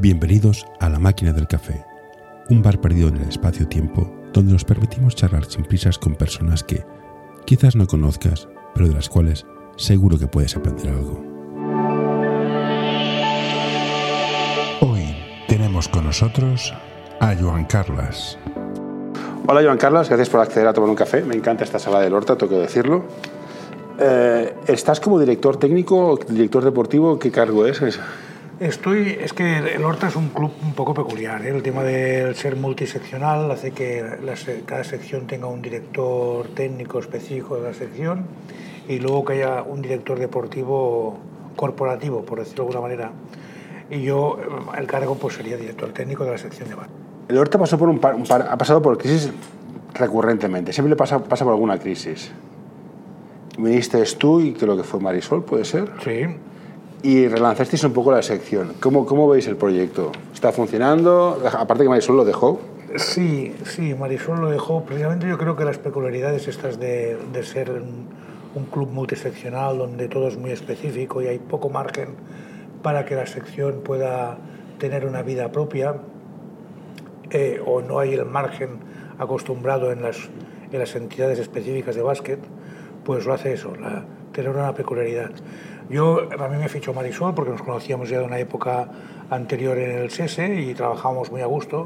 Bienvenidos a La Máquina del Café, un bar perdido en el espacio-tiempo donde nos permitimos charlar sin prisas con personas que quizás no conozcas, pero de las cuales seguro que puedes aprender algo. Hoy tenemos con nosotros a Joan Carles. Hola Joan Carles, gracias por acceder a tomar un café. Me encanta esta sala del Horta, tengo que decirlo. ¿Estás como director técnico o director deportivo? ¿Qué cargo es? Es que el Horta es un club un poco peculiar, ¿eh? El tema de ser multiseccional hace que cada sección tenga un director técnico específico de la sección y luego que haya un director deportivo corporativo, por decirlo de alguna manera. Y yo, el cargo pues sería director técnico de la sección de bar. El Horta pasó por ha pasado por crisis recurrentemente, siempre pasa por alguna crisis. Viniste tú y creo que fue Marisol, ¿puede ser? Sí. Y relanzasteis un poco la sección. ¿Cómo veis el proyecto? ¿Está funcionando? Aparte que Marisol lo dejó. Sí, Marisol lo dejó. Precisamente yo creo que las peculiaridades estas de ser un club multiseccional donde todo es muy específico y hay poco margen para que la sección pueda tener una vida propia, o no hay el margen acostumbrado en las entidades específicas de básquet, pues lo hace eso, tener una peculiaridad. A mí me fichó Marisol porque nos conocíamos ya de una época anterior en el SESE y trabajábamos muy a gusto.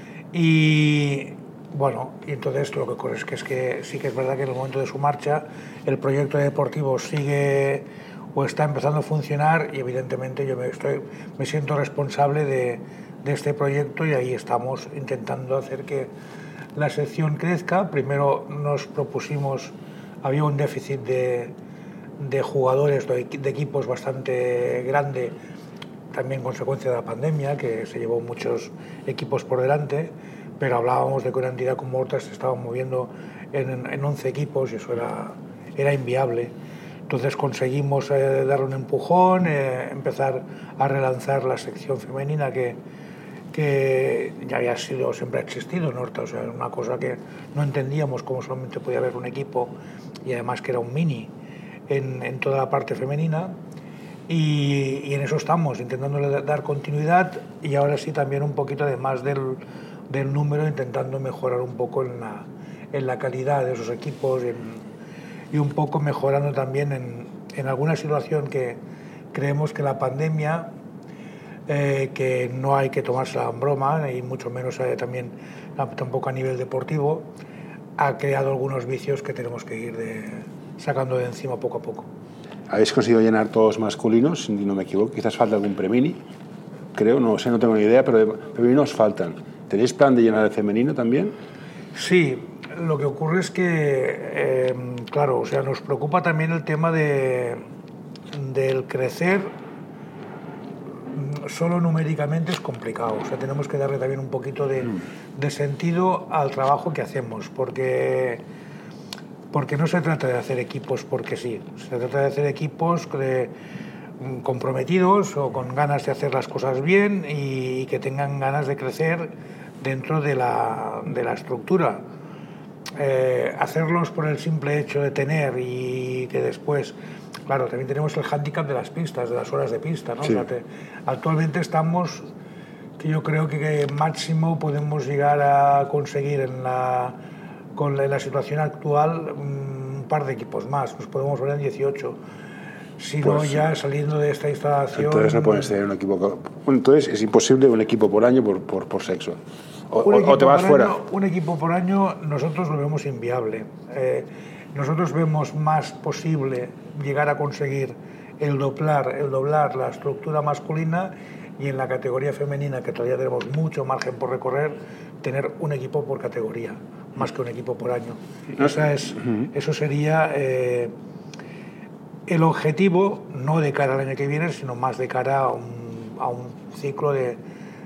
Y bueno, y entonces lo que ocurre es que sí que es verdad que en el momento de su marcha el proyecto deportivo sigue o está empezando a funcionar y evidentemente yo me siento responsable de este proyecto y ahí estamos intentando hacer que la sección crezca. Primero nos propusimos, había un déficit de jugadores, de equipos bastante grande, también consecuencia de la pandemia, que se llevó muchos equipos por delante, pero hablábamos de que una entidad como Horta se estaba moviendo en 11 equipos y eso era inviable. Entonces conseguimos darle un empujón, empezar a relanzar la sección femenina que ya había sido, siempre ha existido en Horta, o sea, era una cosa que no entendíamos cómo solamente podía haber un equipo y además que era un mini en toda la parte femenina y en eso estamos, intentando dar continuidad y ahora sí también un poquito además del número, intentando mejorar un poco en la calidad de esos equipos y un poco mejorando también en alguna situación que creemos que la pandemia, que no hay que tomársela en broma y mucho menos también tampoco a nivel deportivo, ha creado algunos vicios que tenemos que ir sacando de encima poco a poco. ¿Habéis conseguido llenar todos masculinos, si no me equivoco? Quizás falta algún premini, creo, no sé, no tengo ni idea, pero de femeninos faltan. ¿Tenéis plan de llenar el femenino también? Sí, lo que ocurre es que, claro, o sea, nos preocupa también el tema del crecer. Solo numéricamente es complicado, o sea, tenemos que darle también un poquito de sentido al trabajo que hacemos, porque no se trata de hacer equipos porque sí, se trata de hacer equipos comprometidos o con ganas de hacer las cosas bien y que tengan ganas de crecer dentro de la estructura. Hacerlos por el simple hecho de tener y que después, claro, también tenemos el hándicap de las pistas, de las horas de pista, ¿no? Sí. O sea, actualmente estamos, que yo creo que máximo podemos llegar a conseguir con la situación actual un par de equipos más, nos podemos ver en 18. Si no, ya saliendo de esta instalación... Entonces no puedes tener un equipo... Entonces es imposible un equipo por año por sexo. O te vas fuera. Un equipo por año nosotros lo vemos inviable. Nosotros vemos más posible llegar a conseguir el doblar la estructura masculina y en la categoría femenina, que todavía tenemos mucho margen por recorrer, tener un equipo por categoría, más que un equipo por año. Eso sería el objetivo, no de cara al año que viene, sino más de cara a un ciclo de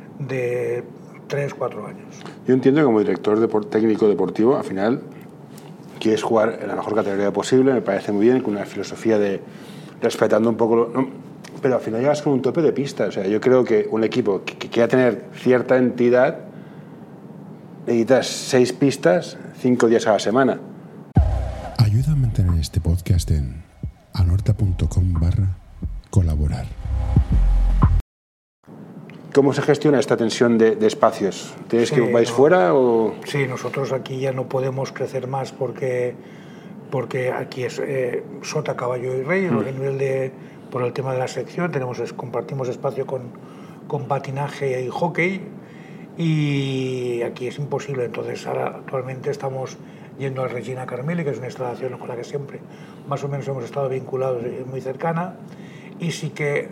3-4 años. Yo entiendo que como director técnico deportivo, al final quieres jugar en la mejor categoría posible, me parece muy bien, con una filosofía de respetando un poco... pero al final llegas con un tope de pista. O sea, yo creo que un equipo que quiera tener cierta entidad necesitas 6 pistas, 5 días a la semana. Ayuda a mantener este podcast en anorta.com/colaborar. ¿Cómo se gestiona esta tensión de espacios? ¿Tienes Sí, que vais fuera o...? Sí, nosotros aquí ya no podemos crecer más porque aquí es sota, caballo y rey, a nivel por el tema de la sección, compartimos espacio con patinaje y hockey, y aquí es imposible. Entonces ahora actualmente estamos yendo al Regina Carmeli, que es una instalación con la que siempre más o menos hemos estado vinculados, muy cercana, y sí que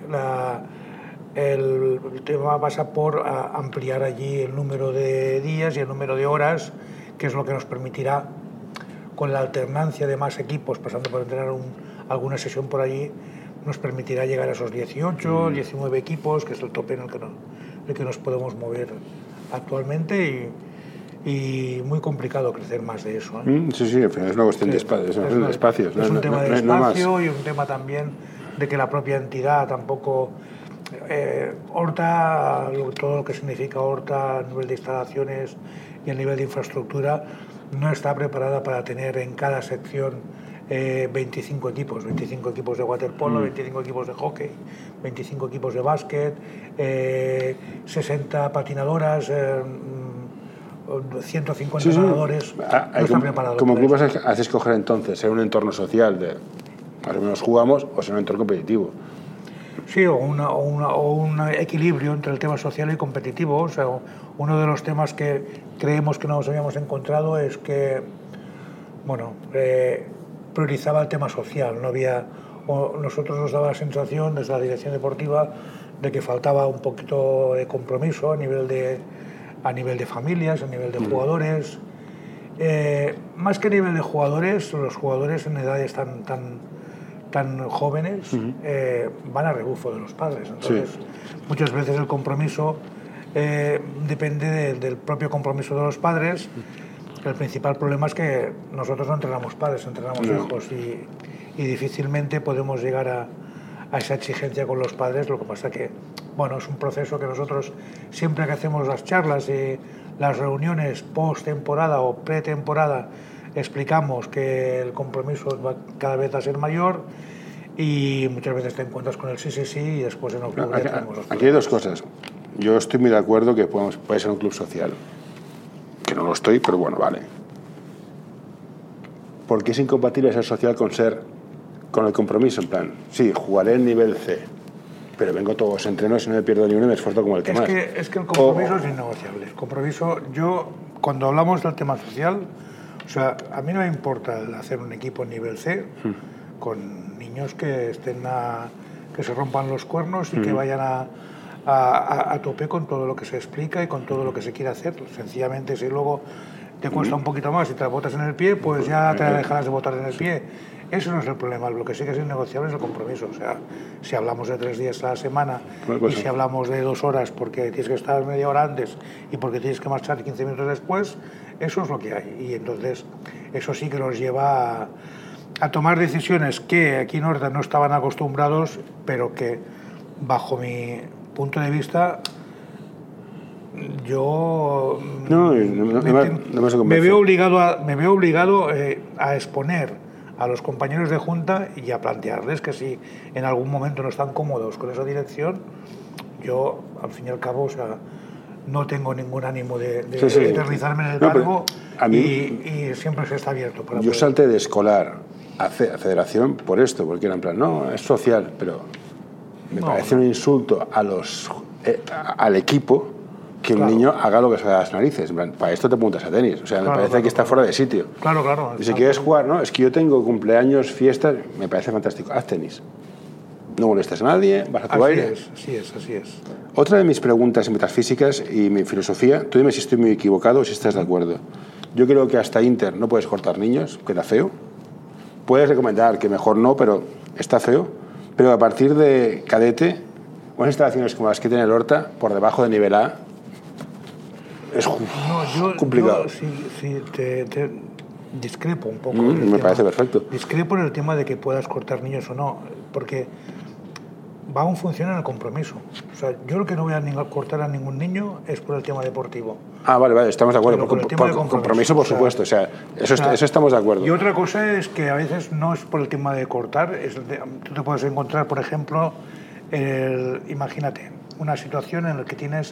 el tema pasa por ampliar allí el número de días y el número de horas, que es lo que nos permitirá, con la alternancia de más equipos, pasando por entrenar alguna sesión por allí, nos permitirá llegar a esos 18, 19 equipos, que es el tope en el que nos podemos mover actualmente, y muy complicado crecer más de eso. Sí, sí, al final es una cuestión de espacios. Es un tema de espacio y un tema también de que la propia entidad tampoco... Horta, todo lo que significa Horta a nivel de instalaciones y a nivel de infraestructura, no está preparada para tener en cada sección 25 equipos de waterpolo, 25 equipos de hockey, 25 equipos de básquet, 60 patinadoras, 150 nadadores. No está preparado. Como club haces escoger entonces ser un entorno social de más o menos jugamos o ser un entorno competitivo. Sí, o un equilibrio entre el tema social y competitivo. O sea, uno de los temas que creemos que nos habíamos encontrado es que, bueno, priorizaba el tema social. Nosotros nos daba la sensación desde la dirección deportiva de que faltaba un poquito de compromiso a nivel de familias, a nivel de jugadores. Más que a nivel de jugadores, los jugadores en edades tan jóvenes van a rebufo de los padres. Entonces, muchas veces el compromiso depende del propio compromiso de los padres. El principal problema es que nosotros no entrenamos padres, entrenamos hijos, y difícilmente podemos llegar a esa exigencia con los padres. Lo que pasa que, bueno, es un proceso que nosotros, siempre que hacemos las charlas y las reuniones post-temporada o pretemporada, explicamos que el compromiso va cada vez a ser mayor, y muchas veces te encuentras con el sí y después en octubre tenemos los problemas. Aquí hay dos cosas. Yo estoy muy de acuerdo que puede ser un club social, que no lo estoy, pero bueno, vale. ¿Por qué es incompatible ser social con el compromiso? En plan, sí, jugaré en nivel C, pero vengo todos los entrenos y no me pierdo ni uno y me esfuerzo como el que más. Es que el compromiso es innegociable. El compromiso, cuando hablamos del tema social, o sea, a mí no me importa hacer un equipo en nivel C con niños que que se rompan los cuernos y que vayan a tope con todo lo que se explica y con todo lo que se quiere hacer. Sencillamente, si luego te cuesta un poquito más y te botas en el pie, pues ya te dejarás de botar en el pie. Eso no es el problema. Lo que sí que es innegociable es el compromiso. O sea, si hablamos de 3 días a la semana y si hablamos de 2 horas porque tienes que estar media hora antes y porque tienes que marchar 15 minutos después, eso es lo que hay. Y entonces eso sí que nos lleva a tomar decisiones que aquí en Horta no estaban acostumbrados, pero que bajo mi punto de vista yo me veo obligado a exponer a los compañeros de junta y a plantearles que si en algún momento no están cómodos con esa dirección, yo al fin y al cabo, o sea, no tengo ningún ánimo de eternizarme en el cargo, y siempre se está abierto para yo salté de escolar a federación por esto, porque era en plan, no, es social, pero me parece un insulto al equipo que un niño haga lo que se da a las narices. En plan, para esto te apuntas a tenis. O sea, me parece que está fuera de sitio. Claro. Y si quieres jugar, ¿no? Es que yo tengo cumpleaños, fiestas, me parece fantástico. Haz tenis. No molestes a nadie, vas a tu aire. Así es. Otra de mis preguntas metafísicas y mi filosofía, tú dime si estoy muy equivocado o si estás de acuerdo. Yo creo que hasta Inter no puedes cortar niños, queda feo. Puedes recomendar que mejor no, pero está feo. Pero a partir de cadete, unas instalaciones como las que tiene el Horta, por debajo de nivel A, es complicado. Yo te discrepo un poco. Me parece perfecto. Discrepo en el tema de que puedas cortar niños o no, porque va en función en el compromiso. O sea, yo lo que no voy a cortar a ningún niño es por el tema deportivo. Vale, estamos de acuerdo. Por compromiso, por supuesto. O sea, eso estamos de acuerdo. Y otra cosa es que a veces no es por el tema de cortar. Tú te puedes encontrar, por ejemplo, imagínate, una situación en la que tienes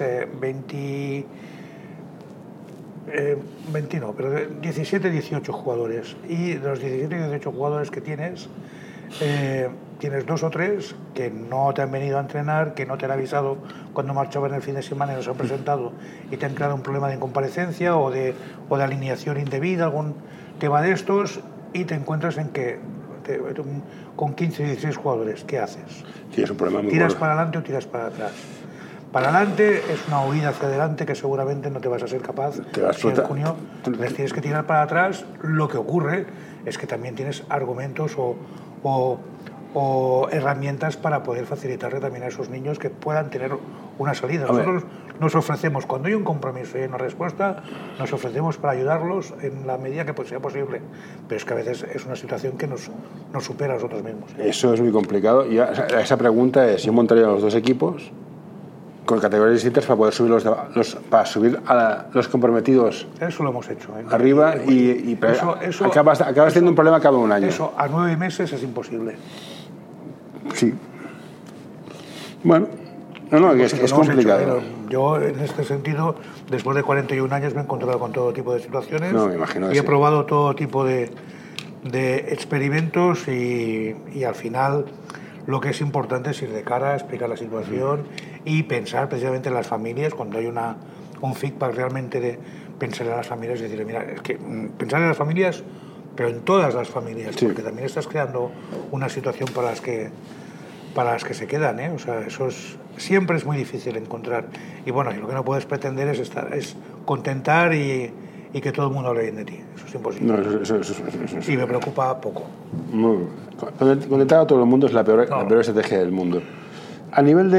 17, 18 jugadores, y de los 17 y 18 jugadores que tienes, tienes 2 o 3 que no te han venido a entrenar, que no te han avisado cuando marchaban el fin de semana y no se han presentado y te han creado un problema de incomparecencia o de alineación indebida, algún tema de estos, y te encuentras en que con 15 o 16 jugadores, ¿qué haces? Sí, es un problema muy ¿Tiras bueno. para adelante o tiras para atrás? Para adelante es una huida hacia adelante que seguramente no te vas a ser capaz. Si en junio les tienes que tirar para atrás, lo que ocurre es que también tienes argumentos o herramientas para poder facilitarle también a esos niños que puedan tener una salida. Nosotros nos ofrecemos, cuando hay un compromiso y una respuesta, nos ofrecemos para ayudarlos en la medida que sea posible. Pero es que a veces es una situación que nos supera a nosotros mismos. Eso es muy complicado. Y esa pregunta es, yo montaría los 2 equipos con categorías distintas para poder subir para subir a los comprometidos. Eso lo hemos hecho. Arriba y acabas teniendo un problema cada un año. Eso a 9 meses es imposible. Sí. Bueno, es complicado. Yo, en este sentido, después de 41 años me he encontrado con todo tipo de situaciones. No, me imagino y he probado todo tipo de experimentos y al final lo que es importante es ir de cara, explicar la situación y pensar precisamente en las familias. Cuando hay un feedback realmente de pensar en las familias, decirle, mira, es que pensar en las familias, pero en todas las familias, sí, porque también estás creando una situación para las que se quedan, ¿eh? O sea, siempre es muy difícil encontrar. Y bueno, y lo que no puedes pretender es contentar y que todo el mundo hable bien de ti. Eso es imposible. No, eso. Y me preocupa poco. Contentar a todo el mundo es la peor estrategia del mundo. A nivel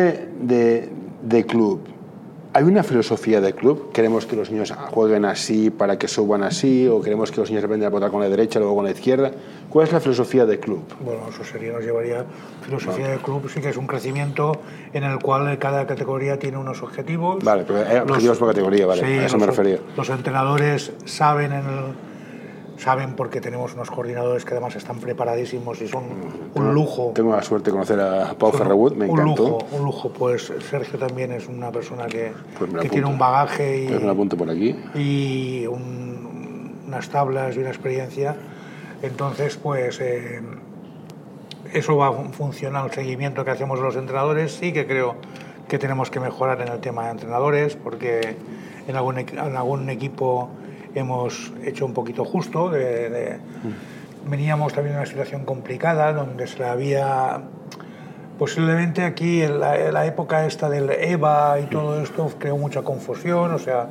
de club, ¿hay una filosofía de club? ¿Queremos que los niños jueguen así para que suban así? ¿O queremos que los niños aprendan a votar con la derecha, luego con la izquierda? ¿Cuál es la filosofía de club? Bueno, eso nos llevaría... Filosofía de club sí que es un crecimiento en el cual cada categoría tiene unos objetivos. Vale, pero objetivos por categoría, vale, sí, a eso me refería. Los entrenadores saben porque tenemos unos coordinadores que además están preparadísimos y son un lujo. Tengo la suerte de conocer a Pau Ferragut, me encantó. Un lujo, pues Sergio también es una persona que tiene un bagaje y, me lo apunto por aquí. Y unas tablas y una experiencia. Entonces, pues eso va a funcionar, el seguimiento que hacemos los entrenadores. Sí que creo que tenemos que mejorar en el tema de entrenadores, porque en algún equipo hemos hecho un poquito justo. Veníamos también en una situación complicada donde se la había... Posiblemente aquí en la época esta del EVA y todo esto creó mucha confusión, o sea...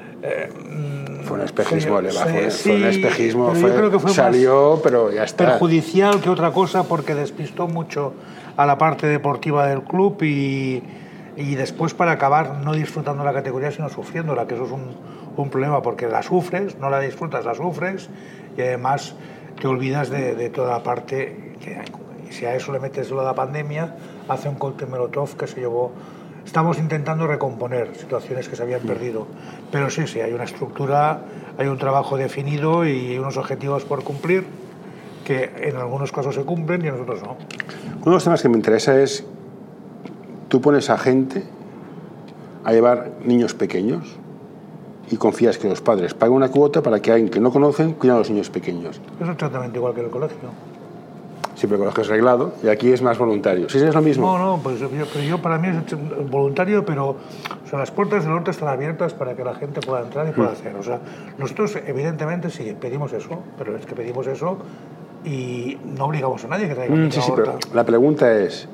fue un espejismo, fue un espejismo, salió, pero ya está. Perjudicial que otra cosa, porque despistó mucho a la parte deportiva del club y después para acabar no disfrutando la categoría sino sufriéndola, que eso es un problema, porque la sufres, no la disfrutas, la sufres y además te olvidas de toda la parte que hay. Y si a eso le metes lo de la pandemia, hace un cóctel Molotov que se llevó. Estamos intentando recomponer situaciones que se habían perdido, pero sí, hay una estructura, hay un trabajo definido y unos objetivos por cumplir que en algunos casos se cumplen y en otros no. Uno de los temas que me interesa es, tú pones a gente a llevar niños pequeños y confías que los padres paguen una cuota para que alguien que no conocen cuide a los niños pequeños. Es exactamente igual que en el colegio. Sí, pero el colegio es reglado y aquí es más voluntario. ¿Sí es lo mismo? No, pues yo para mí es voluntario, pero o sea, las puertas del norte están abiertas para que la gente pueda entrar y pueda hacer. O sea, nosotros evidentemente sí pedimos eso, pero es que pedimos eso y no obligamos a nadie que traiga Sí, pero la pregunta es,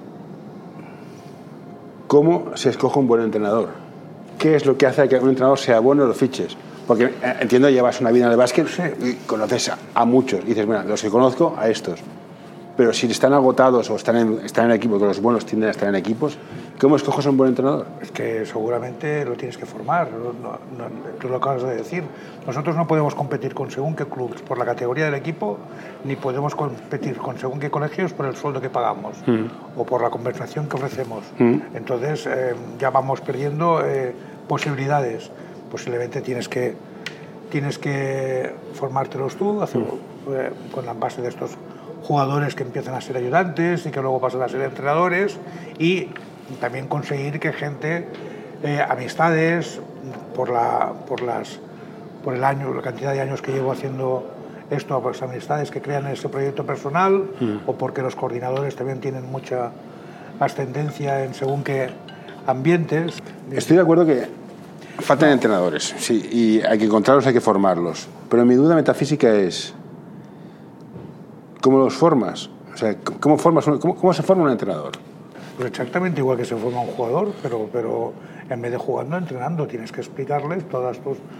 ¿cómo se escoge un buen entrenador? ¿Qué es lo que hace que un entrenador sea bueno en los fiches? Porque entiendo, llevas una vida en el básquet y conoces a muchos. Y dices, mira, los que conozco, a estos. Pero si están agotados o están en equipos, que los buenos tienden a estar en equipos, ¿cómo escoges a un buen entrenador? Es que seguramente lo tienes que formar, tú lo acabas de decir. Nosotros no podemos competir con según qué clubes por la categoría del equipo, ni podemos competir con según qué colegios por el sueldo que pagamos o por la compensación que ofrecemos. Entonces ya vamos perdiendo posibilidades. Posiblemente tienes que formártelos tú, hacerlo con la base de estos jugadores que empiezan a ser ayudantes y que luego pasan a ser entrenadores y también conseguir que gente, amistades, por el año, la cantidad de años que llevo haciendo esto, pues amistades que crean ese proyecto personal, o porque los coordinadores también tienen mucha ascendencia en según qué ambientes. Estoy de acuerdo que faltan entrenadores, sí, y hay que encontrarlos, hay que formarlos. Pero mi duda metafísica es, ¿cómo los formas? O sea, ¿cómo se forma un entrenador? Pues exactamente igual que se forma un jugador, pero en vez de jugando, entrenando. Tienes que explicarles todas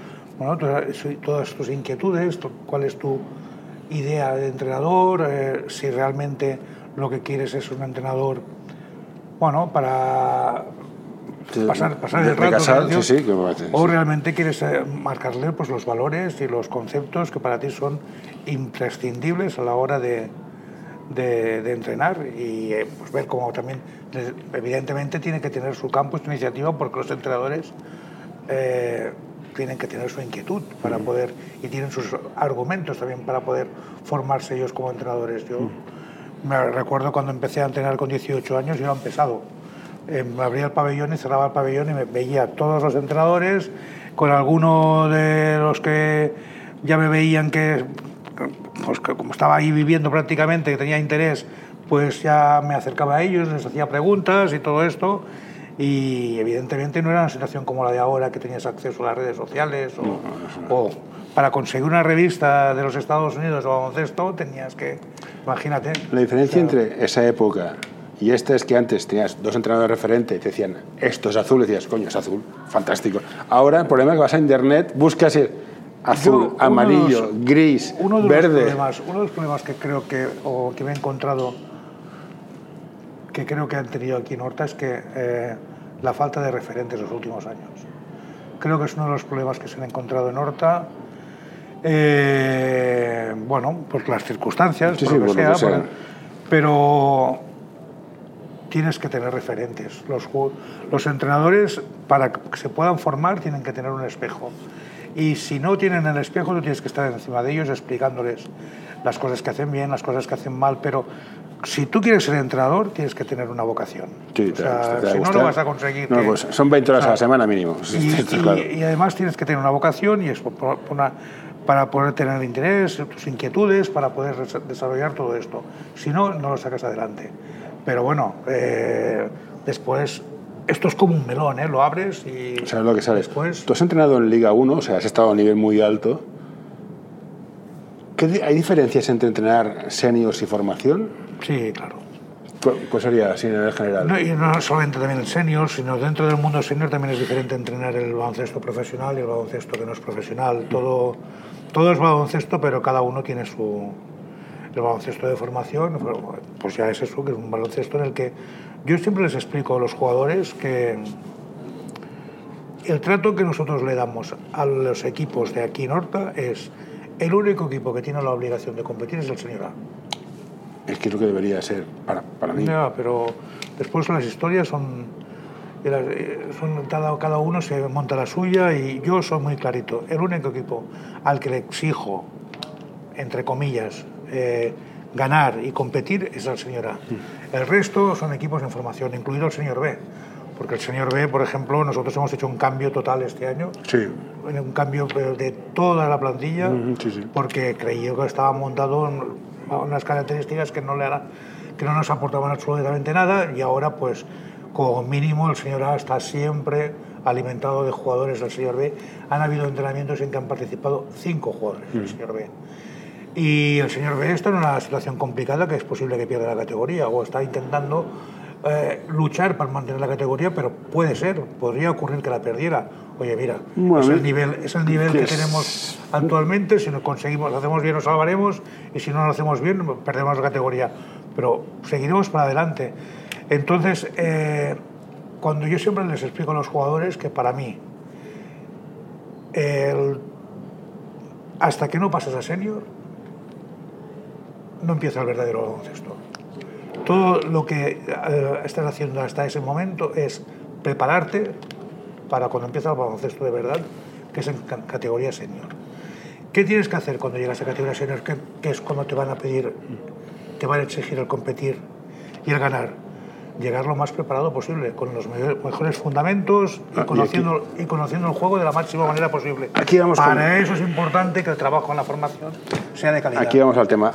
tus inquietudes, cuál es tu idea de entrenador, si realmente lo que quieres es un entrenador, para pasar el rato, o realmente quieres marcarle pues los valores y los conceptos que para ti son imprescindibles a la hora de entrenar, y pues ver cómo también, evidentemente, tiene que tener su campo, su iniciativa, porque los entrenadores tienen que tener su inquietud para poder, y tienen sus argumentos también para poder formarse ellos como entrenadores. Yo me recuerdo cuando empecé a entrenar con 18 años, yo era pesado. Me abría el pabellón y cerraba el pabellón y me veía a todos los entrenadores, con alguno de los que ya me veían que como estaba ahí viviendo prácticamente, que tenía interés, pues ya me acercaba a ellos, les hacía preguntas y todo esto. Y evidentemente no era una situación como la de ahora, que tenías acceso a las redes sociales, o para conseguir una revista de los Estados Unidos de baloncesto tenías que, imagínate. La diferencia entre esa época y esta es que antes tenías dos entrenadores referentes y te decían, esto es azul, y decías, coño, es azul, fantástico. Ahora el problema es que vas a internet, buscas azul, amarillo, gris, verde. Uno de los problemas que creo que me he encontrado, que creo que han tenido aquí en Horta, es que la falta de referentes los últimos años. Creo que es uno de los problemas que se han encontrado en Horta, por las circunstancias, por lo que sea. Pero tienes que tener referentes. Los entrenadores, para que se puedan formar, tienen que tener un espejo. Y si no tienen el espejo, tú tienes que estar encima de ellos explicándoles las cosas que hacen bien, las cosas que hacen mal. Pero si tú quieres ser entrenador, tienes que tener una vocación. Sí, si no, no vas a conseguir. Pues son 20 horas a la semana mínimo. Y además tienes que tener una vocación, y es para poder tener interés, tus inquietudes, para poder desarrollar todo esto. Si no, no lo sacas adelante. Pero después, esto es como un melón, lo abres y... ¿Sabes lo que sabes? Después... Tú has entrenado en Liga 1, o sea, has estado a un nivel muy alto. ¿Hay diferencias entre entrenar seniors y formación? Sí, claro. ¿Cuál sería así en general? No, y no solamente también el senior, sino dentro del mundo senior también es diferente entrenar el baloncesto profesional y el baloncesto que no es profesional. Todo es baloncesto, pero cada uno tiene el baloncesto de formación, pues ya es eso, que es un baloncesto en el que yo siempre les explico a los jugadores que el trato que nosotros le damos a los equipos de aquí en Horta es el único equipo que tiene la obligación de competir es el señor A. Es que es lo que debería ser para mí. Ya, pero después las historias cada uno se monta la suya, y yo soy muy clarito. El único equipo al que le exijo, entre comillas, ganar y competir es el señor A. El resto son equipos en formación, incluido el señor B. Porque el señor B, por ejemplo, nosotros hemos hecho un cambio total este año. Sí. Un cambio de toda la plantilla, porque creí que estaba montado unas características que no nos aportaban absolutamente nada, y ahora, pues, como mínimo, el señor A está siempre alimentado de jugadores del señor B. Han habido entrenamientos en que han participado 5 jugadores del señor B. Y el señor B está en una situación complicada, que es posible que pierda la categoría, o está intentando luchar para mantener la categoría, pero podría ocurrir que la perdiera. Oye, mira, es el nivel que tenemos actualmente. Si lo conseguimos, lo hacemos bien, nos salvaremos, y si no lo hacemos bien, perdemos la categoría. Pero seguiremos para adelante. Entonces, cuando yo siempre les explico a los jugadores que para mí, hasta que no pasas a senior, no empieza el verdadero baloncesto. Todo lo que estás haciendo hasta ese momento es prepararte para cuando empieza el baloncesto de verdad, que es en categoría senior. ¿Qué tienes que hacer cuando llegas a categoría senior? Que es cuando te van a pedir, te van a exigir el competir y el ganar. llegar lo más preparado posible, con los mejores fundamentos y conociendo el juego de la máxima manera posible. Aquí vamos Para eso es importante que el trabajo en la formación sea de calidad. Aquí vamos al tema.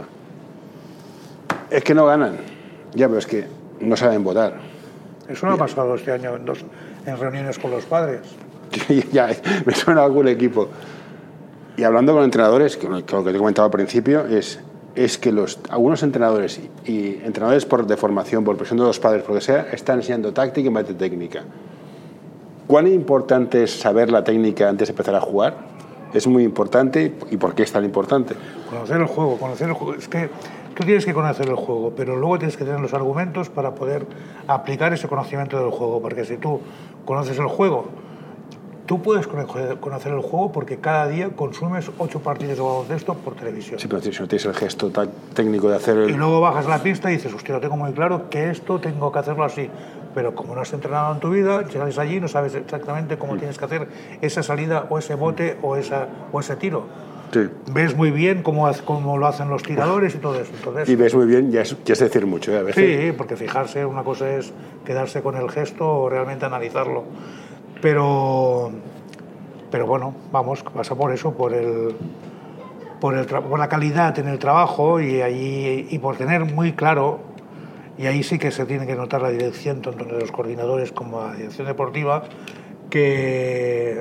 Es que no ganan. Ya, pero es que no saben votar. Eso no ha pasado este año en reuniones con los padres. Ya, me suena algún equipo. Y hablando con entrenadores, que lo que te comentaba al principio, es que algunos entrenadores y entrenadores de formación, por presión de los padres, por lo que sea, están enseñando táctica en vez de técnica. ¿Cuán importante es saber la técnica antes de empezar a jugar? Es muy importante. ¿Y por qué es tan importante? Conocer el juego. Es que tú tienes que conocer el juego, pero luego tienes que tener los argumentos para poder aplicar ese conocimiento del juego. Porque si tú conoces el juego, tú puedes conocer el juego porque cada día consumes 8 partidos de baloncesto por televisión. Sí, pero si no tienes el gesto técnico de hacer Y luego bajas la pista y dices, hostia, lo tengo muy claro que esto tengo que hacerlo así. Pero como no has entrenado en tu vida, llegas allí y no sabes exactamente cómo tienes que hacer esa salida o ese bote o ese tiro. Sí. Ves muy bien cómo lo hacen los tiradores y todo eso. Entonces, y ves muy bien, ya es decir mucho, a veces. Sí, porque fijarse, una cosa es quedarse con el gesto o realmente analizarlo. Pero bueno, vamos, pasa por eso, por la calidad en el trabajo y por tener muy claro, y ahí sí que se tiene que notar la dirección tanto de los coordinadores como la dirección deportiva, que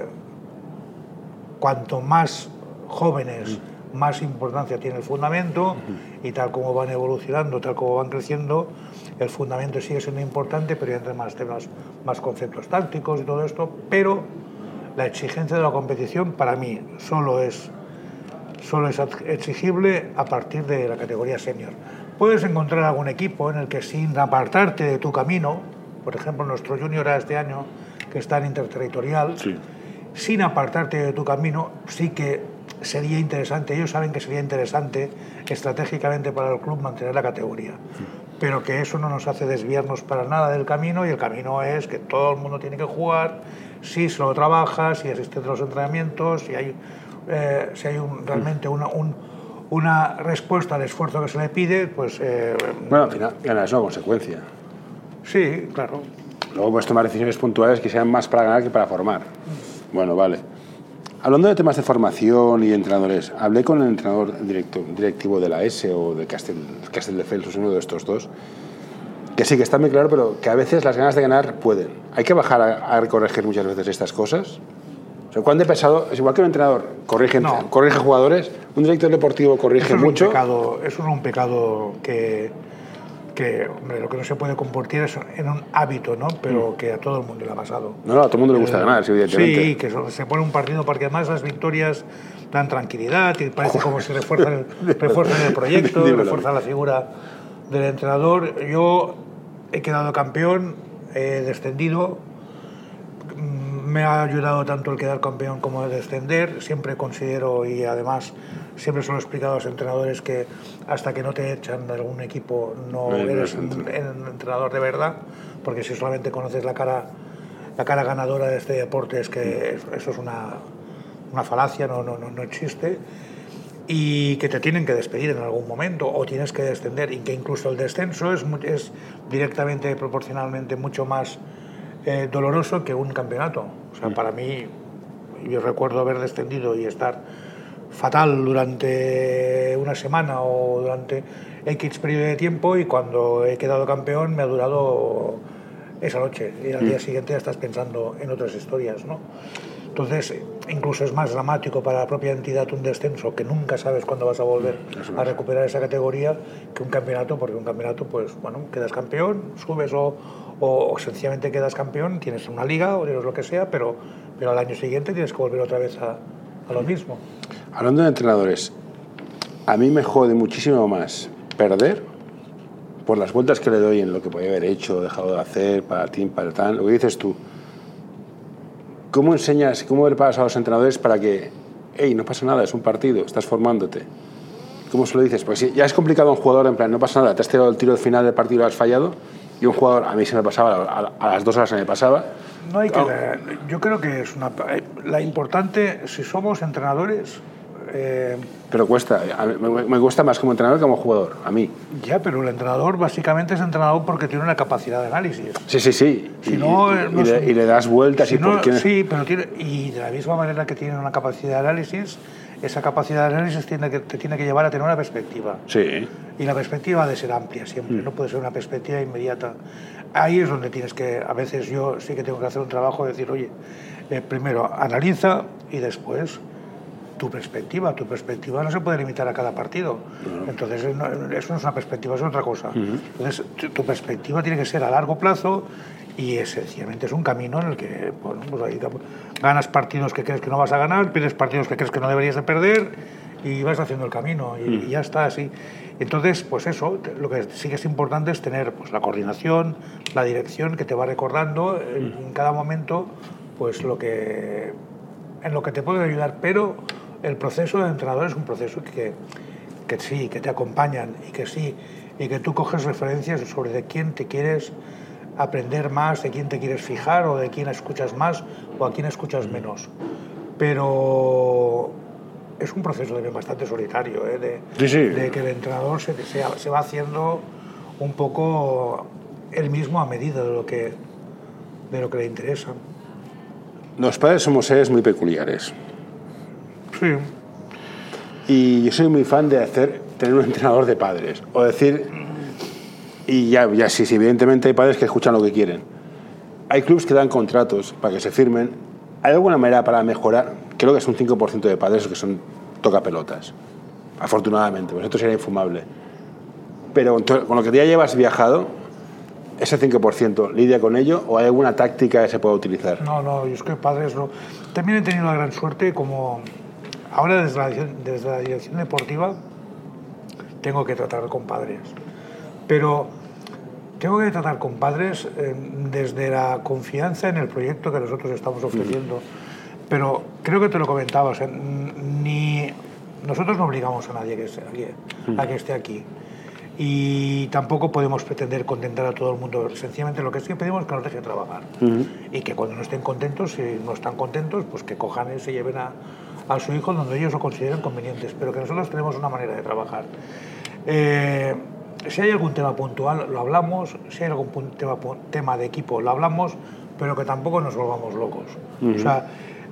cuanto más jóvenes, más importancia tiene el fundamento, y tal como van evolucionando, tal como van creciendo, el fundamento sigue siendo importante, pero ya entran más temas, más conceptos tácticos y todo esto, pero la exigencia de la competición para mí solo es exigible a partir de la categoría senior. Puedes encontrar algún equipo en el que, sin apartarte de tu camino, por ejemplo nuestro junior A este año, que está en interterritorial, sí, sin apartarte de tu camino, sí que sería interesante, ellos saben que sería interesante estratégicamente para el club mantener la categoría, pero que eso no nos hace desviarnos para nada del camino, y el camino es que todo el mundo tiene que jugar, si se lo trabaja, si asiste a los entrenamientos, si hay realmente una respuesta al esfuerzo que se le pide, pues... Bueno, al final ganar es una consecuencia. Sí, claro. Luego puedes tomar decisiones puntuales que sean más para ganar que para formar. Bueno, vale. Hablando de temas de formación y entrenadores, hablé con el entrenador directivo de la ESE o de Castelldefels, uno de estos dos, que sí que está muy claro, pero que a veces las ganas de ganar pueden. Hay que bajar a corregir muchas veces estas cosas. O sea, ¿cuán de pesado? Es igual que un entrenador corrige jugadores, un director deportivo corrige mucho. Eso es un pecado que hombre, lo que no se puede convertir es en un hábito, ¿no? Pero que a todo el mundo le ha pasado. No, a todo el mundo le gusta ganar, sí, evidentemente. Sí, que se pone un partido porque además las victorias dan tranquilidad y parece como si refuerzan el proyecto, refuerzan la figura del entrenador. Yo he quedado campeón, he descendido, me ha ayudado tanto el quedar campeón como el descender. Siempre considero, y además siempre se lo he explicado a los entrenadores, que hasta que no te echan de algún equipo no eres un entrenador de verdad, porque si solamente conoces la cara ganadora de este deporte, es que eso es una falacia, no existe, y que te tienen que despedir en algún momento o tienes que descender, y que incluso el descenso es directamente, proporcionalmente mucho más doloroso que un campeonato. O sea, para mí, yo recuerdo haber descendido y estar fatal durante una semana o durante X periodo de tiempo, y cuando he quedado campeón me ha durado esa noche, y al día siguiente ya estás pensando en otras historias, ¿no? Entonces, incluso es más dramático para la propia entidad un descenso, que nunca sabes cuándo vas a volver a recuperar esa categoría, que un campeonato, porque un campeonato, pues bueno, quedas campeón, subes o sencillamente quedas campeón, tienes una liga o tienes lo que sea, pero al año siguiente tienes que volver otra vez a lo mismo. Hablando de entrenadores, a mí me jode muchísimo más perder por las vueltas que le doy en lo que podía haber hecho, dejado de hacer, para el team, para el tal. Lo que dices tú, ¿cómo enseñas, cómo preparas a los entrenadores para que, hey, no pasa nada, es un partido, estás formándote? ¿Cómo se lo dices? Pues si ya es complicado a un jugador, en plan, no pasa nada, te has tirado el tiro del final del partido y lo has fallado, y un jugador, a mí se me pasaba, a las 2 horas se me pasaba. No hay que yo creo que es la importante, si somos entrenadores, Pero cuesta. Me cuesta más como entrenador que como jugador, a mí. Ya, pero el entrenador básicamente es entrenador porque tiene una capacidad de análisis. Sí. Si y le das vueltas y por quién... Sí, pero y de la misma manera que tiene una capacidad de análisis, esa capacidad de análisis te tiene que llevar a tener una perspectiva. Sí. Y la perspectiva ha de ser amplia siempre, no puede ser una perspectiva inmediata. Ahí es donde tienes que, a veces yo sí que tengo que hacer un trabajo de decir, oye, primero analiza y después tu perspectiva no se puede limitar a cada partido. Entonces eso no es una perspectiva, es otra cosa. Entonces tu perspectiva tiene que ser a largo plazo y sencillamente es un camino en el que pues ahí ganas partidos que crees que no vas a ganar, pierdes partidos que crees que no deberías de perder y vas haciendo el camino y ya está así. Entonces, pues eso, lo que sí que es importante es tener pues la coordinación, la dirección que te va recordando en cada momento pues en lo que te puede ayudar, pero el proceso de entrenador es un proceso que sí, que te acompañan y que tú coges referencias sobre de quién te quieres aprender más, de quién te quieres fijar o de quién escuchas más o a quién escuchas menos. Pero es un proceso también bastante solitario, de que el entrenador se va haciendo un poco él mismo a medida de lo que le interesa. Los padres somos seres muy peculiares. Sí. Y yo soy muy fan de tener un entrenador de padres. O decir, y ya sí, evidentemente hay padres que escuchan lo que quieren. Hay clubes que dan contratos para que se firmen. ¿Hay alguna manera para mejorar? Creo que es un 5% de padres que son tocapelotas. Afortunadamente, pues esto sería infumable. Pero con lo que ya llevas viajado, ese 5%, ¿lidia con ello o hay alguna táctica que se pueda utilizar? No, yo es que padres no. También he tenido la gran suerte, como ahora desde la dirección deportiva tengo que tratar con padres. Pero tengo que tratar con padres desde la confianza en el proyecto que nosotros estamos ofreciendo. Pero creo que te lo comentaba, o sea, ni nosotros no obligamos a nadie a que esté aquí. Y tampoco podemos pretender contentar a todo el mundo. Sencillamente lo que sí pedimos es que nos dejen trabajar. Y que cuando no estén contentos, si no están contentos, pues que cojan y se lleven a su hijo donde ellos lo consideren convenientes. Pero que nosotros tenemos una manera de trabajar. Si hay algún tema puntual, lo hablamos. Si hay algún tema de equipo, lo hablamos. Pero que tampoco nos volvamos locos. O sea,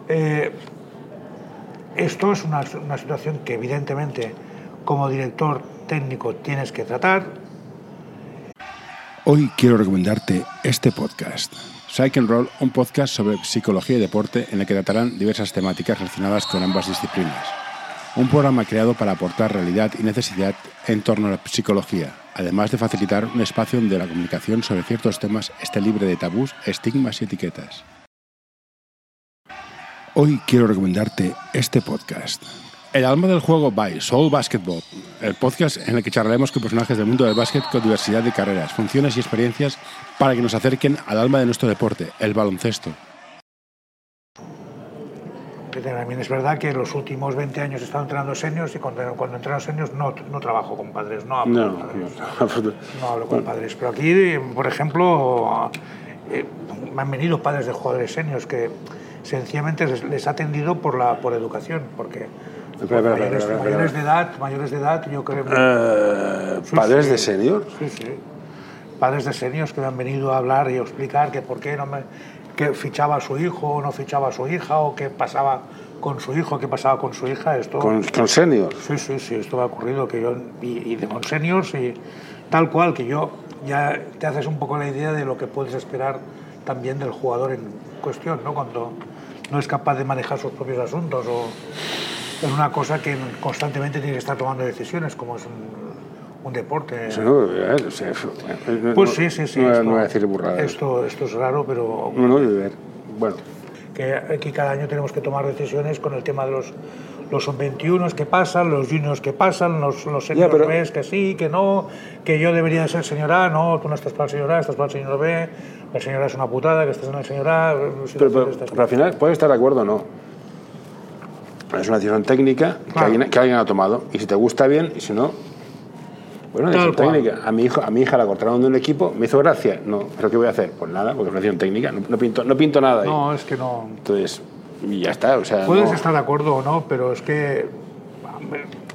esto es una situación que evidentemente como director técnico tienes que tratar. Hoy quiero recomendarte este podcast, Psych and Roll, un podcast sobre psicología y deporte en el que tratarán diversas temáticas relacionadas con ambas disciplinas. Un programa creado para aportar realidad y necesidad en torno a la psicología, además de facilitar un espacio donde la comunicación sobre ciertos temas esté libre de tabús, estigmas y etiquetas. Hoy quiero recomendarte este podcast. El alma del juego by Soul Basketball, el podcast en el que charlaremos con personajes del mundo del básquet con diversidad de carreras, funciones y experiencias para que nos acerquen al alma de nuestro deporte, el baloncesto. También es verdad que los últimos 20 años he estado entrenando seniors y cuando entreno seniors no trabajo con padres, no hablo con padres. Pero aquí, por ejemplo, me han venido padres de jugadores seniors que sencillamente les ha atendido por educación, porque mayores de edad, yo creo. ¿Padres de senior? Sí. Padres de seniors que me han venido a hablar y a explicar que por qué que fichaba a su hijo o no fichaba a su hija, o qué pasaba con su hijo, qué pasaba con su hija. Esto, ¿Con seniors? Sí, esto me ha ocurrido, que yo, y con seniors, y tal cual, que yo ya te haces un poco la idea de lo que puedes esperar también del jugador en cuestión, ¿no? Cuando no es capaz de manejar sus propios asuntos o es una cosa que constantemente tiene que estar tomando decisiones, como es un deporte. Pues sí. No voy a decir burradas. Esto es raro, pero... Bueno. Que aquí cada año tenemos que tomar decisiones con el tema de los sub-21 que pasan, los juniors que pasan, los senior B que sí, que no, que yo debería ser señor A, no, tú no estás para el señor A, estás para el señor B, el señor A es una putada, que estés en el señor A... Pero al final puedes estar de acuerdo o no. Es una decisión técnica que alguien ha tomado, y si te gusta bien, y si no... Bueno, decisión técnica. A mi hija la cortaron de un equipo, me hizo gracia. No, ¿pero qué voy a hacer? Pues nada, porque es una decisión técnica. No pinto nada ahí. No, es que no. Entonces, y ya está. O sea, puedes estar de acuerdo o no, pero es que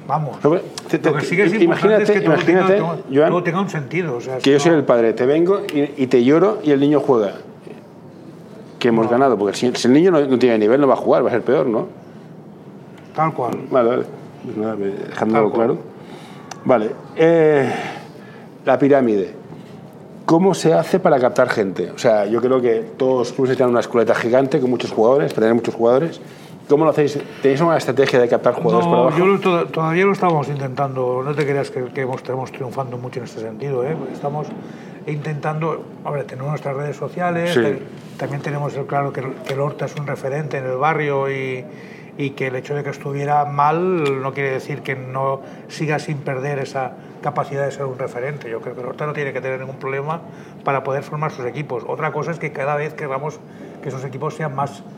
vamos. Lo que sí que es importante es que todo tenga un sentido. O sea, que yo soy el padre, te vengo y te lloro y el niño juega. Que hemos ganado, porque si el niño no tiene nivel no va a jugar, va a ser peor, ¿no? Tal cual. Vale. Pues nada, dejándolo claro. Vale. La pirámide. ¿Cómo se hace para captar gente? O sea, yo creo que todos los clubes necesitan una escueleta gigante con muchos jugadores, para tener muchos jugadores. ¿Cómo lo hacéis? ¿Tenéis una estrategia de captar jugadores por abajo? Todavía lo estamos intentando. No te creas que estamos triunfando mucho en este sentido, ¿eh? Estamos intentando... Hombre, tenemos nuestras redes sociales, sí. También tenemos claro que el Horta es un referente en el barrio y que el hecho de que estuviera mal no quiere decir que no siga sin perder esa capacidad de ser un referente. Yo creo que el Horta no tiene que tener ningún problema para poder formar sus equipos. Otra cosa es que cada vez queramos que esos equipos tengan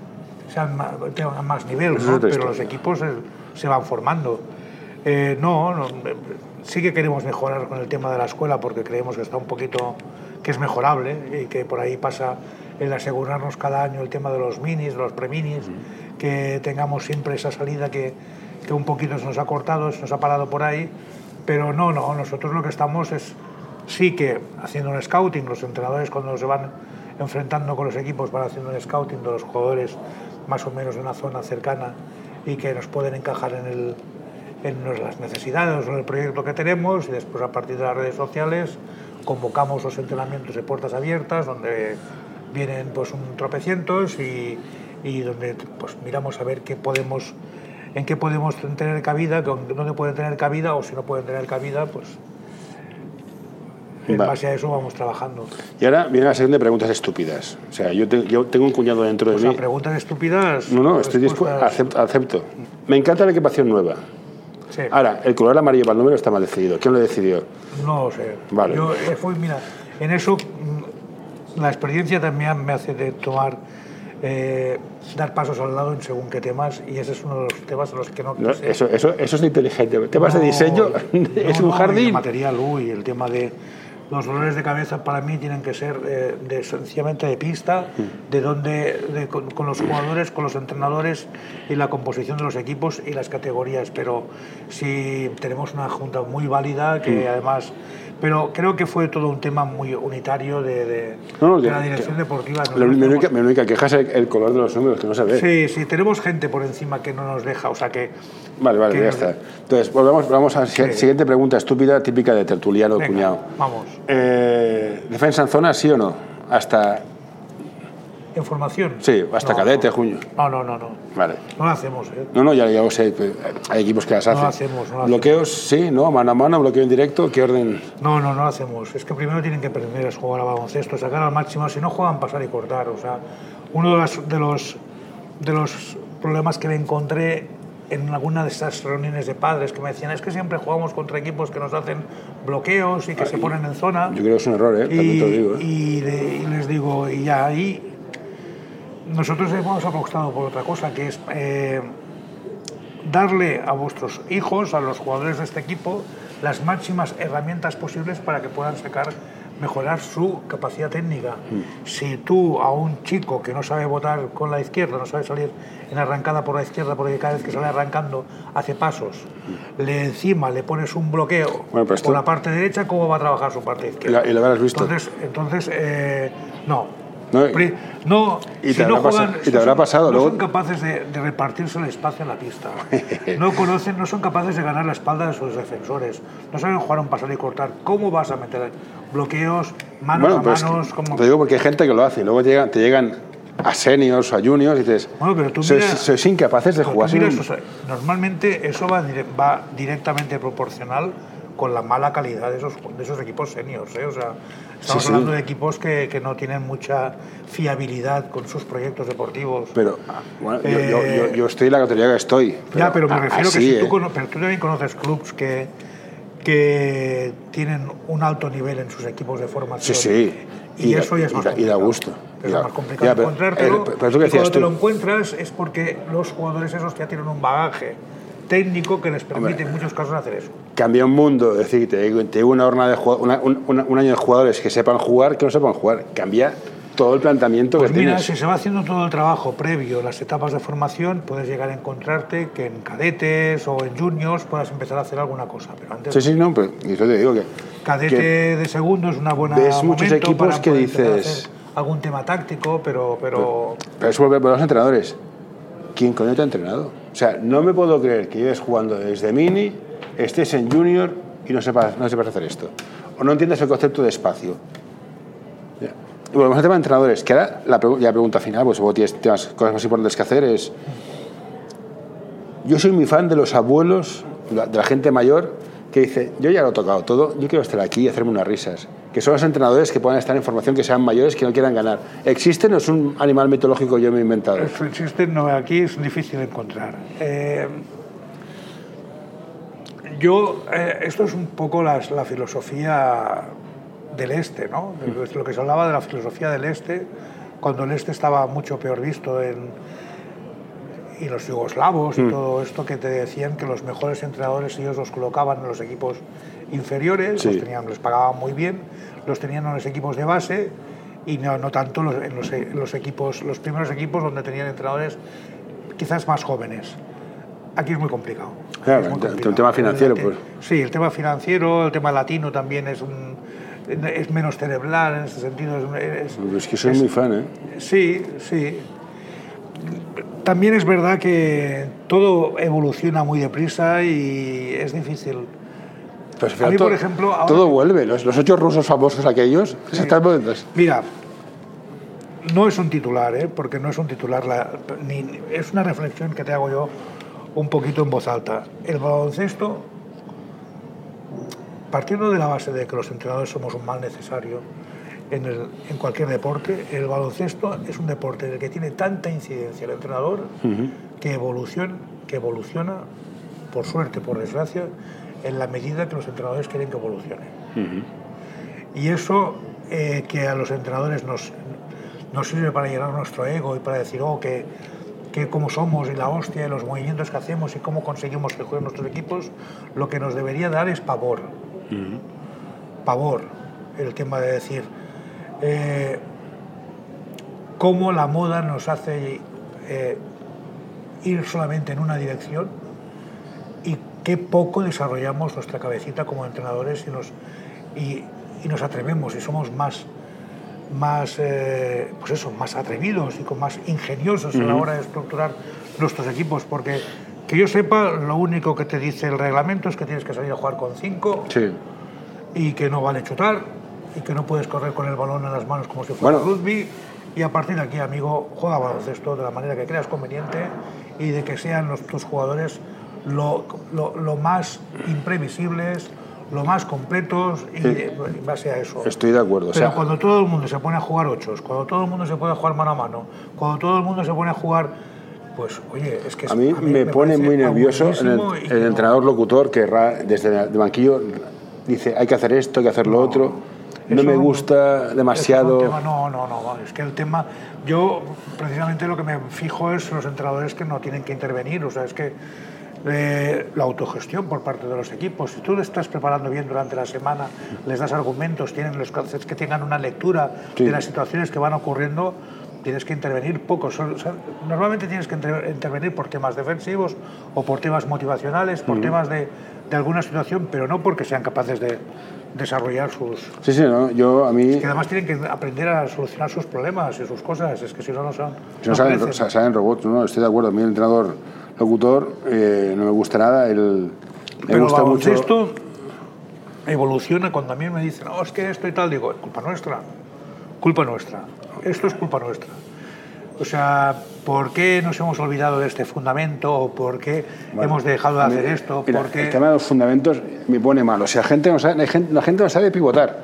más nivel, ¿no? Pero los equipos se van formando. Sí que queremos mejorar con el tema de la escuela porque creemos que está un poquito, que es mejorable y que por ahí pasa el asegurarnos cada año el tema de los minis, de los preminis, que tengamos siempre esa salida que un poquito se nos ha cortado, se nos ha parado por ahí, pero nosotros lo que estamos es sí que haciendo un scouting, los entrenadores cuando se van enfrentando con los equipos van haciendo un scouting de los jugadores más o menos de una zona cercana y que nos pueden encajar en las necesidades o en el proyecto que tenemos, y después a partir de las redes sociales convocamos los entrenamientos de puertas abiertas donde vienen pues un tropecientos y donde pues miramos a ver en qué podemos tener cabida, dónde pueden tener cabida, o si no pueden tener cabida, pues en base a eso vamos trabajando. Y ahora viene la sección de preguntas estúpidas. O sea, yo tengo un cuñado dentro de mí. O sea, preguntas estúpidas... No, estoy dispuesto, acepto. Me encanta la equipación nueva. Sí. Ahora, el color amarillo para el número está mal decidido. ¿Quién lo decidió? No lo sé. Vale. Mira, en eso la experiencia también me hace de tomar... dar pasos al lado en según qué temas, y ese es uno de los temas en los que no sé. Eso es inteligente. Temas de diseño es un jardín. El material y el tema de los dolores de cabeza para mí tienen que ser sencillamente de pista, con los jugadores, con los entrenadores y la composición de los equipos y las categorías, pero si tenemos una junta muy válida que además... Pero creo que fue todo un tema muy unitario de la dirección deportiva. Mi única queja es el color de los números, que no se ve. Sí, tenemos gente por encima que no nos deja, o sea que... Vale, ya está. Entonces, vamos a la siguiente pregunta estúpida, típica de tertuliano. Venga, cuñado. Vamos. ¿Defensa en zona, sí o no? Hasta... ¿En formación? Sí, hasta cadete, junio. No. Vale. No lo hacemos, ¿eh? No, ya lo sé. Hay equipos que las hacen. No lo hacemos. ¿Bloqueos? Sí, ¿no? Mano a mano, bloqueo en directo. ¿Qué orden? No lo hacemos. Es que primero tienen que aprender a jugar a baloncesto, sacar al máximo. Si no juegan, pasar y cortar. O sea, uno de los problemas que me encontré en alguna de esas reuniones de padres que me decían es que siempre jugamos contra equipos que nos hacen bloqueos y que se ponen en zona. Yo creo que es un error, también te lo digo. Y les digo, y ya ahí... Nosotros hemos apostado por otra cosa, que es darle a vuestros hijos, a los jugadores de este equipo, las máximas herramientas posibles para que puedan mejorar su capacidad técnica. Si tú a un chico que no sabe botar con la izquierda, no sabe salir en arrancada por la izquierda, porque cada vez que sale arrancando hace pasos, encima le pones un bloqueo por la parte derecha, ¿cómo va a trabajar su parte izquierda? Y lo habrás visto. Entonces no. Y te habrá pasado. No son capaces de repartirse el espacio en la pista. No son capaces de ganar la espalda de sus defensores. No saben jugar un pasar y cortar. ¿Cómo vas a meter bloqueos, manos a manos? Te digo porque hay gente que lo hace y luego te llegan a seniors o a juniors y dices, pero tú sois incapaces de jugar. Normalmente eso va directamente proporcional con la mala calidad de esos equipos seniors, ¿eh? O sea, estamos hablando de equipos que no tienen mucha fiabilidad con sus proyectos deportivos. Pero yo estoy en la categoría que estoy. Pero me refiero que si tú también conoces clubs que tienen un alto nivel en sus equipos de formación. Sí. Y eso ya es más complicado. Y da gusto. Es más complicado encontrártelo. Pero tú cuando te lo encuentras es porque los jugadores esos ya tienen un bagaje técnico que les permite en muchos casos hacer eso. Cambia un mundo, es decir, te digo una hornada de un año de jugadores que sepan jugar, que no sepan jugar. Cambia todo el planteamiento pues que mira, tienes. Si se va haciendo todo el trabajo previo, las etapas de formación, puedes llegar a encontrarte que en cadetes o en juniors puedas empezar a hacer alguna cosa. Pero antes, Sí, no, pero yo te digo que... cadete de segundo es una buena ves muchos equipos para que poder empezar a dices... hacer algún tema táctico, pero eso vuelve a los entrenadores. ¿Quién coño te ha entrenado? O sea, no me puedo creer que lleves jugando desde mini, estés en junior y no sepas hacer esto. O no entiendes el concepto de espacio. Y volvemos al tema de entrenadores, que ahora la pregunta final, pues vos tienes cosas más importantes que hacer, es... Yo soy muy fan de los abuelos, de la gente mayor, que dice, yo ya lo he tocado todo, yo quiero estar aquí y hacerme unas risas. Que son los entrenadores que puedan estar en formación, que sean mayores, que no quieran ganar. ¿Existen o es un animal mitológico que yo me he inventado? Eso existe, no, aquí es difícil encontrar. Esto es un poco la filosofía del Este, ¿no? De lo que se hablaba de la filosofía del Este, cuando el Este estaba mucho peor visto y los yugoslavos y todo esto, que te decían que los mejores entrenadores ellos los colocaban en los equipos inferiores, les pagaban muy bien, los tenían en los equipos de base y no tanto en los primeros equipos donde tenían entrenadores quizás más jóvenes. Aquí es muy complicado. Claro, el tema financiero. Pues. Sí, el tema financiero, el tema latino también es menos cerebral en ese sentido. Es que soy muy fan, ¿eh? Sí. También es verdad que todo evoluciona muy deprisa y es difícil. Pues a mí, por ejemplo, ahora todo vuelve. Los 8 rusos famosos aquellos, sí. Están modernos. Mira, no es un titular, porque no es un titular, es una reflexión que te hago yo un poquito en voz alta. El baloncesto, partiendo de la base de que los entrenadores somos un mal necesario en cualquier deporte, el baloncesto es un deporte en el que tiene tanta incidencia el entrenador que evoluciona, por suerte, por desgracia, en la medida que los entrenadores quieren que evolucione. Y eso que a los entrenadores nos sirve para llenar nuestro ego y para decir, que cómo somos y la hostia y los movimientos que hacemos y cómo conseguimos que jueguen nuestros equipos, lo que nos debería dar es pavor. Pavor, el tema de decir cómo la moda nos hace ir solamente en una dirección y qué poco desarrollamos nuestra cabecita como entrenadores y nos atrevemos y somos más atrevidos y más ingeniosos a la hora de estructurar nuestros equipos, porque que yo sepa, lo único que te dice el reglamento es que tienes que salir a jugar con 5 y que no vale chutar y que no puedes correr con el balón en las manos como si fuera rugby, y a partir de aquí, amigo, juega baloncesto de la manera que creas conveniente y de que sean tus jugadores lo más imprevisibles, lo más completos y en base a eso. Estoy de acuerdo. Pero cuando todo el mundo se pone a jugar 8, cuando todo el mundo se pone a jugar mano a mano, cuando todo el mundo se pone a jugar, pues oye, es que... A mí me pone muy nervioso el entrenador locutor que desde el banquillo dice hay que hacer esto, hay que hacer lo otro. No me gusta demasiado. Es que el tema... Yo precisamente lo que me fijo es los entrenadores que no tienen que intervenir, o sea, es que la autogestión por parte de los equipos. Si tú le estás preparando bien durante la semana, les das argumentos, les haces que tengan una lectura de las situaciones que van ocurriendo, tienes que intervenir poco. Normalmente tienes que intervenir por temas defensivos o por temas motivacionales, por temas de alguna situación, pero no porque sean capaces de desarrollar sus... a mí... Es que además tienen que aprender a solucionar sus problemas y sus cosas, es que si no son... Salen robots, no, estoy de acuerdo. A mí el entrenador locutor no me gusta nada. Me gusta mucho. Esto evoluciona cuando a mí me dicen, es que esto y tal, digo, culpa nuestra. Esto es culpa nuestra. O sea, ¿por qué nos hemos olvidado de este fundamento? ¿O por qué hemos dejado de hacer esto? Mira, el tema de los fundamentos me pone malo. O sea, la gente no sabe pivotar.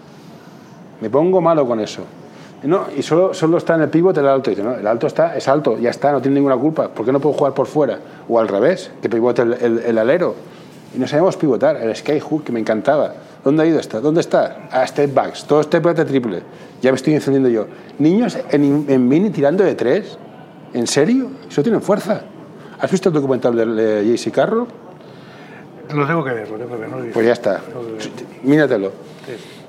Me pongo malo con eso. Y solo está en el pívot el alto. Y dice, el alto es alto, ya está, no tiene ninguna culpa. ¿Por qué no puedo jugar por fuera? O al revés, que pivote el alero. Y no sabemos pivotar. El skyhook, que me encantaba. ¿Dónde ha ido esta? ¿Dónde está? Step backs, todo step back de triple. Ya me estoy encendiendo yo. Niños en mini tirando de 3. ¿En serio? Eso tienen fuerza. ¿Has visto el documental de JC Carroll? Lo tengo que ver. Pues ya está. Míratelo. Sí.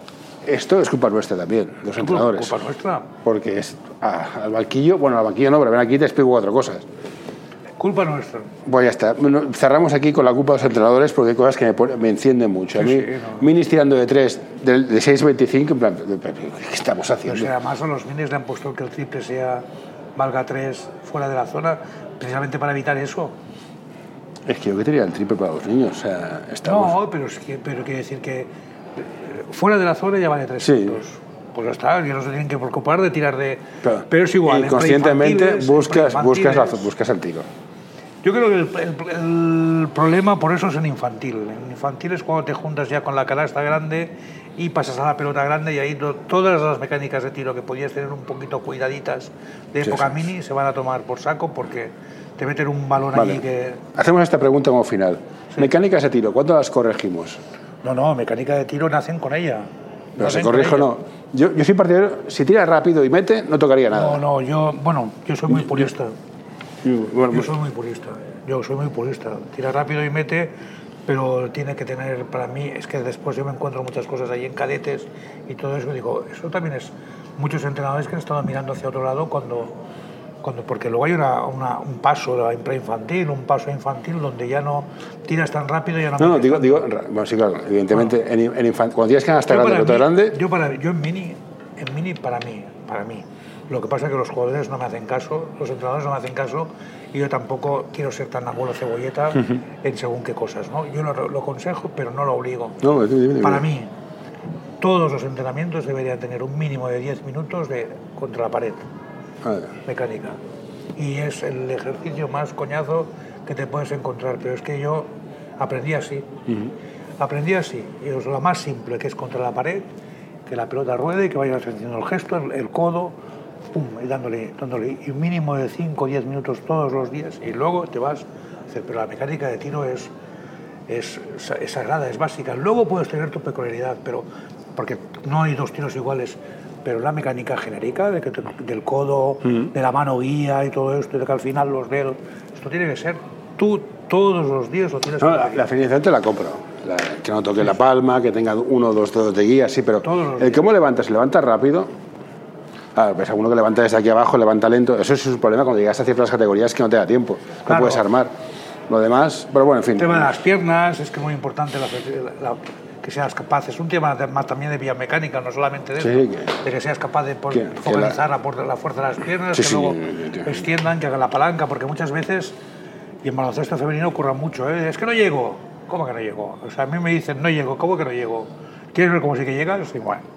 esto es culpa nuestra también, de los entrenadores. Culpa nuestra. Porque es al banquillo, bueno, al banquillo no, pero ven aquí te explico 4 cosas. Culpa nuestra. Pues ya está. Bueno, cerramos aquí con la culpa de los entrenadores porque hay cosas que me encienden mucho. Sí, a mí, Minis tirando de 3, de 6.25, en plan, ¿qué estamos haciendo? O sea, además a los Minis le han puesto que el triple valga 3 fuera de la zona, precisamente para evitar eso. Es que yo que tenía el triple para los niños. O sea, estamos... No, pero quiere decir que fuera de la zona ya vale 3 puntos. Pues ya está, ya no se tienen que preocupar de tirar de... Claro. Pero es igual. Y conscientemente buscas el tiro. Yo creo que el problema por eso es en infantil. En infantil es cuando te juntas ya con la canasta grande y pasas a la pelota grande y ahí todas las mecánicas de tiro que podías tener un poquito cuidaditas de época mini se van a tomar por saco porque te meten un balón allí que... Hacemos esta pregunta como final. Sí. Mecánicas de tiro, ¿cuándo las corregimos? No, mecánica de tiro nacen con ella. Pero se corrige o no. Yo soy partidario, si tira rápido y mete, no tocaría nada. No, yo soy muy purista. Yo soy muy purista. Tira rápido y mete, pero tiene que tener, para mí, es que después yo me encuentro muchas cosas ahí en cadetes y todo eso. Digo, eso también es muchos entrenadores que han estado mirando hacia otro lado porque luego hay un paso preinfantil, un paso infantil donde ya no tiras tan rápido. Ya no, digo, bueno, sí, claro, evidentemente, cuando tienes que estar grande, yo en mini, para mí. Lo que pasa es que los jugadores no me hacen caso, los entrenadores no me hacen caso y yo tampoco quiero ser tan abuelo cebolleta en según qué cosas, ¿no? Yo lo aconsejo, pero no lo obligo. No, para mí, todos los entrenamientos deberían tener un mínimo de 10 minutos contra la pared. Mecánica. Y es el ejercicio más coñazo que te puedes encontrar, pero es que yo aprendí así. Y es lo más simple, que es contra la pared, que la pelota ruede y que vayas haciendo el gesto, el codo, pum, y dándole. Y un mínimo de 5 o 10 minutos todos los días y luego te vas a hacer. Pero la mecánica de tiro es sagrada, es básica. Luego puedes tener tu peculiaridad, pero porque no hay 2 tiros iguales. Pero la mecánica genérica del codo, de la mano guía y todo esto, y de que al final los dedos, esto tiene que ser tú todos los días lo tienes que hacer. La finalización te la compro. Que no toque la palma, que tenga 1 o 2 dedos de guía, sí, pero ¿cómo levantas? ¿Levantas rápido? Pues alguno que levanta desde aquí abajo, levanta lento. Eso es un problema cuando llegas a ciertas categorías que no te da tiempo. No puedes armar. Lo demás, pero bueno, en fin. El tema de las piernas es que es muy importante que seas capaz, es un tema más también de biomecánica, no solamente de eso, de que seas capaz de focalizar la fuerza de las piernas, que luego extiendan, que hagan la palanca, porque muchas veces, y en baloncesto femenino ocurre mucho, es que no llego. ¿Cómo que no llego? O sea, a mí me dicen, no llego, ¿cómo que no llego? ¿Quieres ver cómo sí que llegas? Sí, bueno.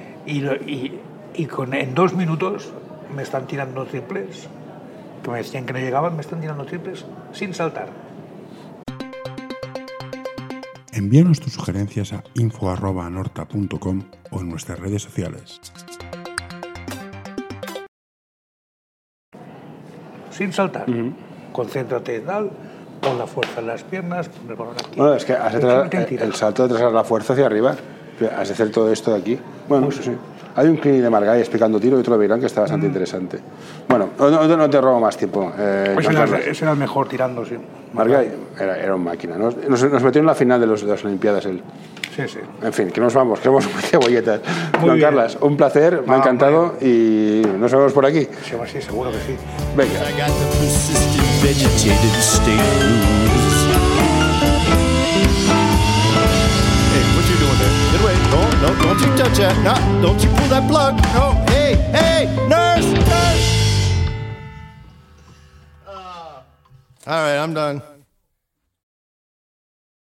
En 2 minutos me están tirando triples, que me decían que no llegaban, me están tirando triples sin saltar. Envíanos tus sugerencias a info@anorta.com o en nuestras redes sociales. Sin saltar. Concéntrate en tal, pon la fuerza en las piernas, pon el balón aquí. Bueno, es que el salto de trasladar la fuerza hacia arriba, has de hacer todo esto de aquí. Bueno, pues sí. Hay un clinic de Margall explicando tiro y otro de Beirán que está bastante interesante. Bueno, no te robo más tiempo. Ese era el mejor tirando, sí. Margall era una máquina. Nos metió en la final de las Olimpiadas él. Sí. En fin, que nos vamos, que somos muy cebolletas. Juan Carlos, un placer, me ha encantado y nos vemos por aquí. Sí, seguro que sí. Venga. No, don't you touch that. No, don't you pull that plug. No, hey, nurse. All right, I'm done.